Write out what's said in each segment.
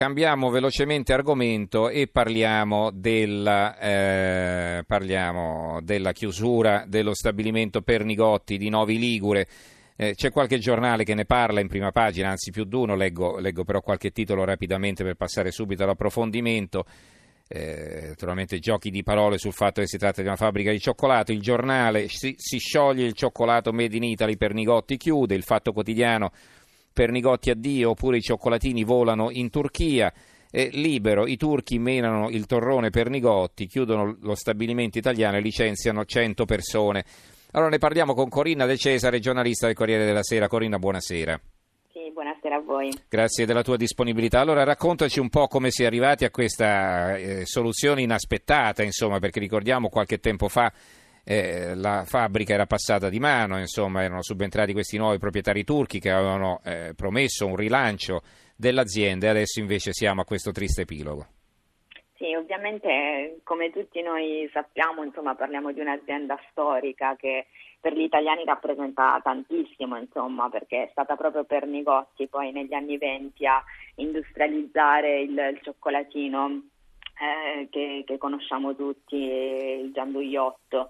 Cambiamo velocemente argomento e parliamo della chiusura dello stabilimento Pernigotti di Novi Ligure. C'è qualche giornale che ne parla in prima pagina, anzi più di uno, leggo però qualche titolo rapidamente per passare subito all'approfondimento. Naturalmente giochi di parole sul fatto che si tratta di una fabbrica di cioccolato. Il giornale: si scioglie il cioccolato made in Italy, Pernigotti chiude. Il Fatto Quotidiano: Pernigotti addio, oppure i cioccolatini volano in Turchia. Libero: i turchi menano il torrone Pernigotti, chiudono lo stabilimento italiano e licenziano 100 persone. Allora ne parliamo con Corinna De Cesare, giornalista del Corriere della Sera. Corinna, buonasera. Sì, buonasera a voi. Grazie della tua disponibilità. Allora raccontaci un po' come si è arrivati a questa soluzione inaspettata, insomma, perché ricordiamo qualche tempo fa la fabbrica era passata di mano, insomma, erano subentrati questi nuovi proprietari turchi che avevano promesso un rilancio dell'azienda e adesso invece siamo a questo triste epilogo. Sì, ovviamente come tutti noi sappiamo, insomma, parliamo di un'azienda storica che per gli italiani rappresenta tantissimo, insomma, perché è stata proprio Pernigotti poi negli anni '20 a industrializzare il cioccolatino che conosciamo tutti, il gianduiotto.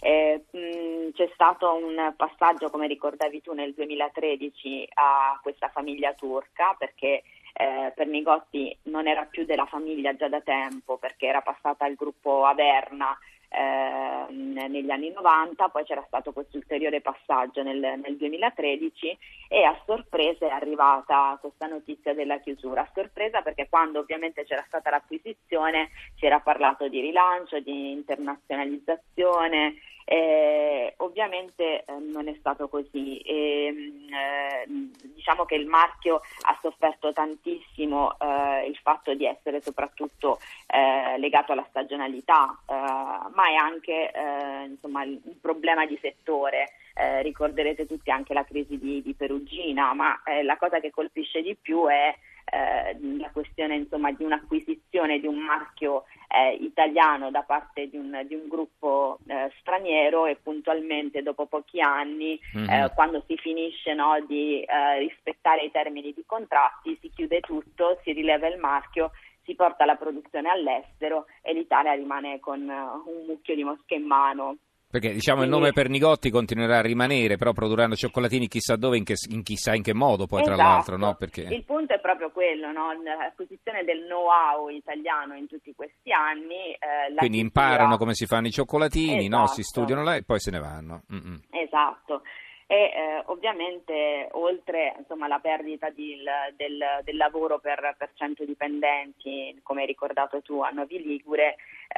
C'è stato un passaggio, come ricordavi tu, nel 2013 a questa famiglia turca, perché Pernigotti non era più della famiglia già da tempo, perché era passata al gruppo Averna negli anni '90, poi c'era stato questo ulteriore passaggio nel 2013 e a sorpresa è arrivata questa notizia della chiusura. A sorpresa perché quando ovviamente c'era stata l'acquisizione si era parlato di rilancio, di internazionalizzazione. Ovviamente non è stato così. Diciamo che il marchio ha sofferto tantissimo il fatto di essere soprattutto legato alla stagionalità, ma è anche insomma un problema di settore. Ricorderete tutti anche la crisi di Perugina, ma la cosa che colpisce di più è la questione, insomma, di un'acquisizione di un marchio italiano da parte di un gruppo straniero e puntualmente dopo pochi anni, quando si finisce di rispettare i termini di contratti, si chiude tutto, si rileva il marchio, si porta la produzione all'estero e l'Italia rimane con un mucchio di mosche in mano. Perché diciamo il nome Pernigotti continuerà a rimanere, però produrranno cioccolatini chissà dove, chissà in che modo poi, esatto. Tra l'altro, no? Perché Il punto è proprio quello, no? L'acquisizione del know-how italiano in tutti questi anni. Quindi imparano come si fanno i cioccolatini, esatto. No? Si studiano là e poi se ne vanno. Esatto. E ovviamente oltre, insomma, la perdita del lavoro per 100 dipendenti, come hai ricordato tu, a Novi Ligure,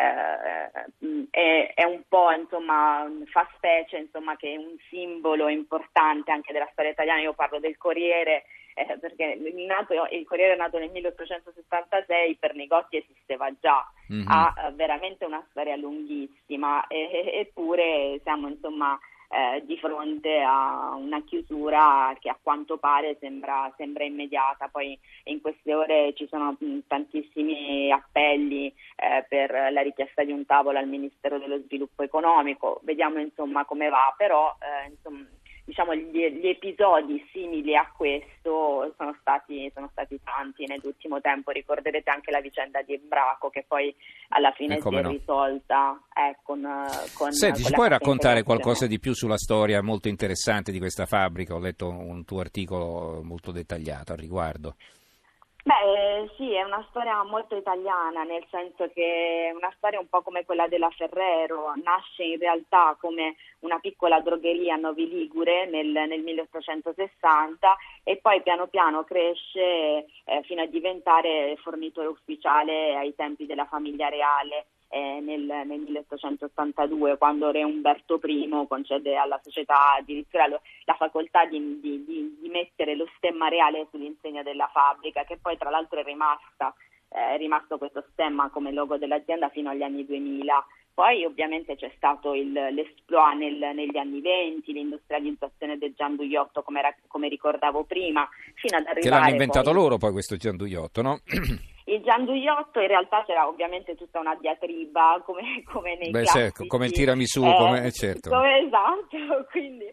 è un po', insomma, fa specie, insomma, che è un simbolo importante anche della storia italiana. Io parlo del Corriere perché il Corriere è nato nel 1876, Pernigotti esisteva già, ha veramente una storia lunghissima, eppure siamo, insomma, di fronte a una chiusura che a quanto pare sembra immediata. Poi in queste ore ci sono tantissimi appelli per la richiesta di un tavolo al Ministero dello Sviluppo Economico. Vediamo, insomma, come va, però insomma, diciamo gli episodi simili a questo sono stati tanti nell'ultimo tempo. Ricorderete anche la vicenda di Embraco, che poi alla fine si è risolta con Senti, ci puoi raccontare qualcosa di più sulla storia molto interessante di questa fabbrica? Ho letto un tuo articolo molto dettagliato al riguardo. Beh, sì, è una storia molto italiana, nel senso che è una storia un po' come quella della Ferrero. Nasce in realtà come una piccola drogheria a Novi Ligure nel 1860 e poi piano piano cresce fino a diventare fornitore ufficiale ai tempi della famiglia reale. Nel 1882, quando Re Umberto I concede alla società addirittura la facoltà di mettere lo stemma reale sull'insegna della fabbrica, che poi tra l'altro è rimasto questo stemma come logo dell'azienda fino agli anni 2000. Poi ovviamente c'è stato l'esploit negli anni '20, l'industrializzazione del gianduiotto, come ricordavo prima, fino ad arrivare. Che l'hanno inventato loro poi questo gianduiotto, no? Il gianduiotto in realtà c'era ovviamente tutta una diatriba come nei classici. Certo, come il tiramisù, certo. Esatto, quindi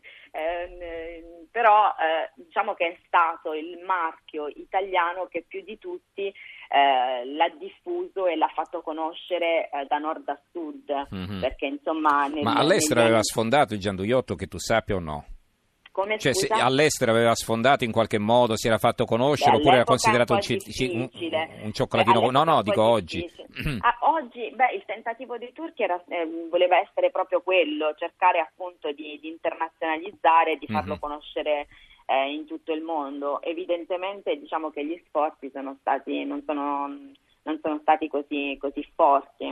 però diciamo che è stato il marchio italiano che più di tutti conoscere da nord a sud, perché insomma... Ma all'estero aveva sfondato il Gianduiotto, che tu sappia o no? Come, cioè, se all'estero aveva sfondato in qualche modo, si era fatto conoscere, oppure era considerato un cioccolatino? No, dico oggi. Oggi, il tentativo dei turchi voleva essere proprio quello, cercare appunto di internazionalizzare, di farlo conoscere in tutto il mondo. Evidentemente diciamo che gli sforzi non sono stati così forti.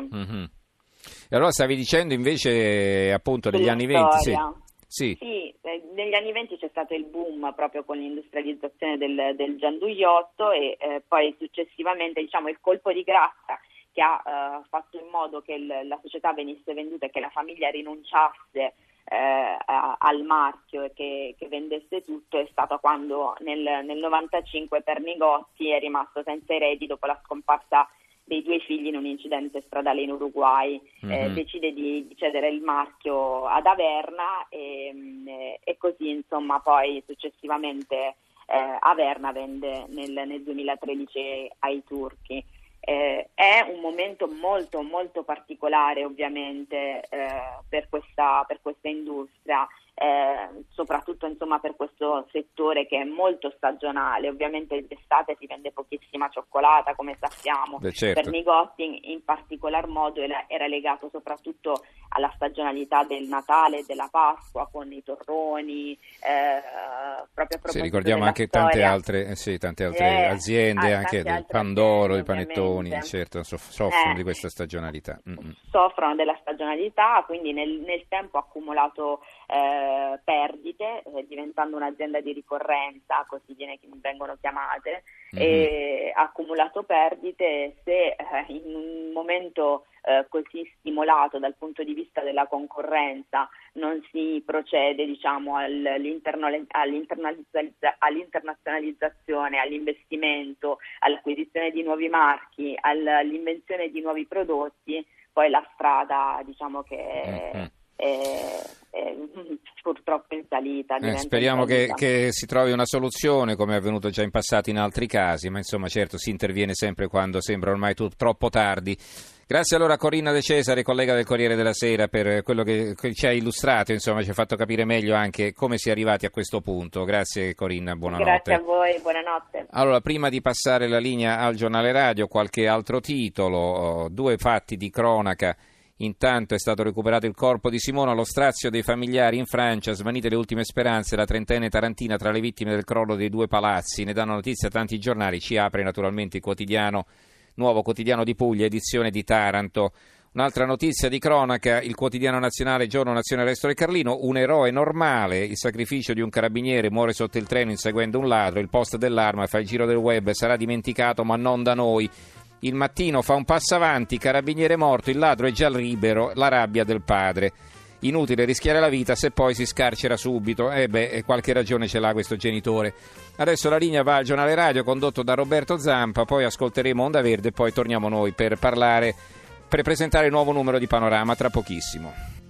E allora stavi dicendo invece appunto degli anni 20, sì, negli anni 20 c'è stato il boom proprio con l'industrializzazione del Gianduiotto e poi successivamente diciamo il colpo di grazia che ha fatto in modo che la società venisse venduta e che la famiglia rinunciasse al marchio e che vendesse tutto è stato quando nel 95 Pernigotti è rimasto senza eredi dopo la scomparsa dei 2 figli in un incidente stradale in Uruguay. Decide di cedere il marchio ad Averna e così insomma poi successivamente Averna vende nel 2013 ai turchi. È un momento molto molto particolare ovviamente per questa industria, soprattutto insomma per questo settore che è molto stagionale. Ovviamente d'estate si vende pochissima cioccolata, come sappiamo. Certo. Pernigotti in particolar modo era legato soprattutto alla stagionalità del Natale e della Pasqua, con i torroni, proprio sì, ricordiamo anche tante altre aziende, anche del Pandoro, i panettoni, certo, soffrono di questa stagionalità. Soffrono della stagionalità, quindi nel tempo ha accumulato perdite, diventando un'azienda di ricorrenza, così vengono chiamate, e ha accumulato perdite. Se in un momento così stimolato dal punto di vista della concorrenza non si procede diciamo all'internazionalizzazione, all'investimento, all'acquisizione di nuovi marchi, all'invenzione di nuovi prodotti, poi la strada diciamo che purtroppo in salita. Speriamo che si trovi una soluzione, come è avvenuto già in passato in altri casi, ma insomma certo si interviene sempre quando sembra ormai troppo tardi. Grazie allora a Corinna De Cesare, collega del Corriere della Sera, per quello che ci ha illustrato, insomma ci ha fatto capire meglio anche come si è arrivati a questo punto. Grazie Corinna, buonanotte. Grazie a voi, buonanotte. Allora, prima di passare la linea al giornale radio, qualche altro titolo, 2 fatti di cronaca. Intanto è stato recuperato il corpo di Simona allo strazio dei familiari in Francia, svanite le ultime speranze, la trentenne tarantina tra le vittime del crollo dei 2 palazzi. Ne danno notizia tanti giornali, ci apre naturalmente il Nuovo Quotidiano di Puglia, edizione di Taranto. Un'altra notizia di cronaca, il Quotidiano Nazionale, Giorno, Nazione, Resto del Carlino, un eroe normale, il sacrificio di un carabiniere, muore sotto il treno inseguendo un ladro, il post dell'arma fa il giro del web, sarà dimenticato ma non da noi. Il Mattino fa un passo avanti, carabiniere morto, il ladro è già libero, la rabbia del padre. Inutile rischiare la vita se poi si scarcera subito. Qualche ragione ce l'ha questo genitore. Adesso la linea va al giornale radio condotto da Roberto Zampa, poi ascolteremo Onda Verde e poi torniamo noi per presentare il nuovo numero di Panorama tra pochissimo.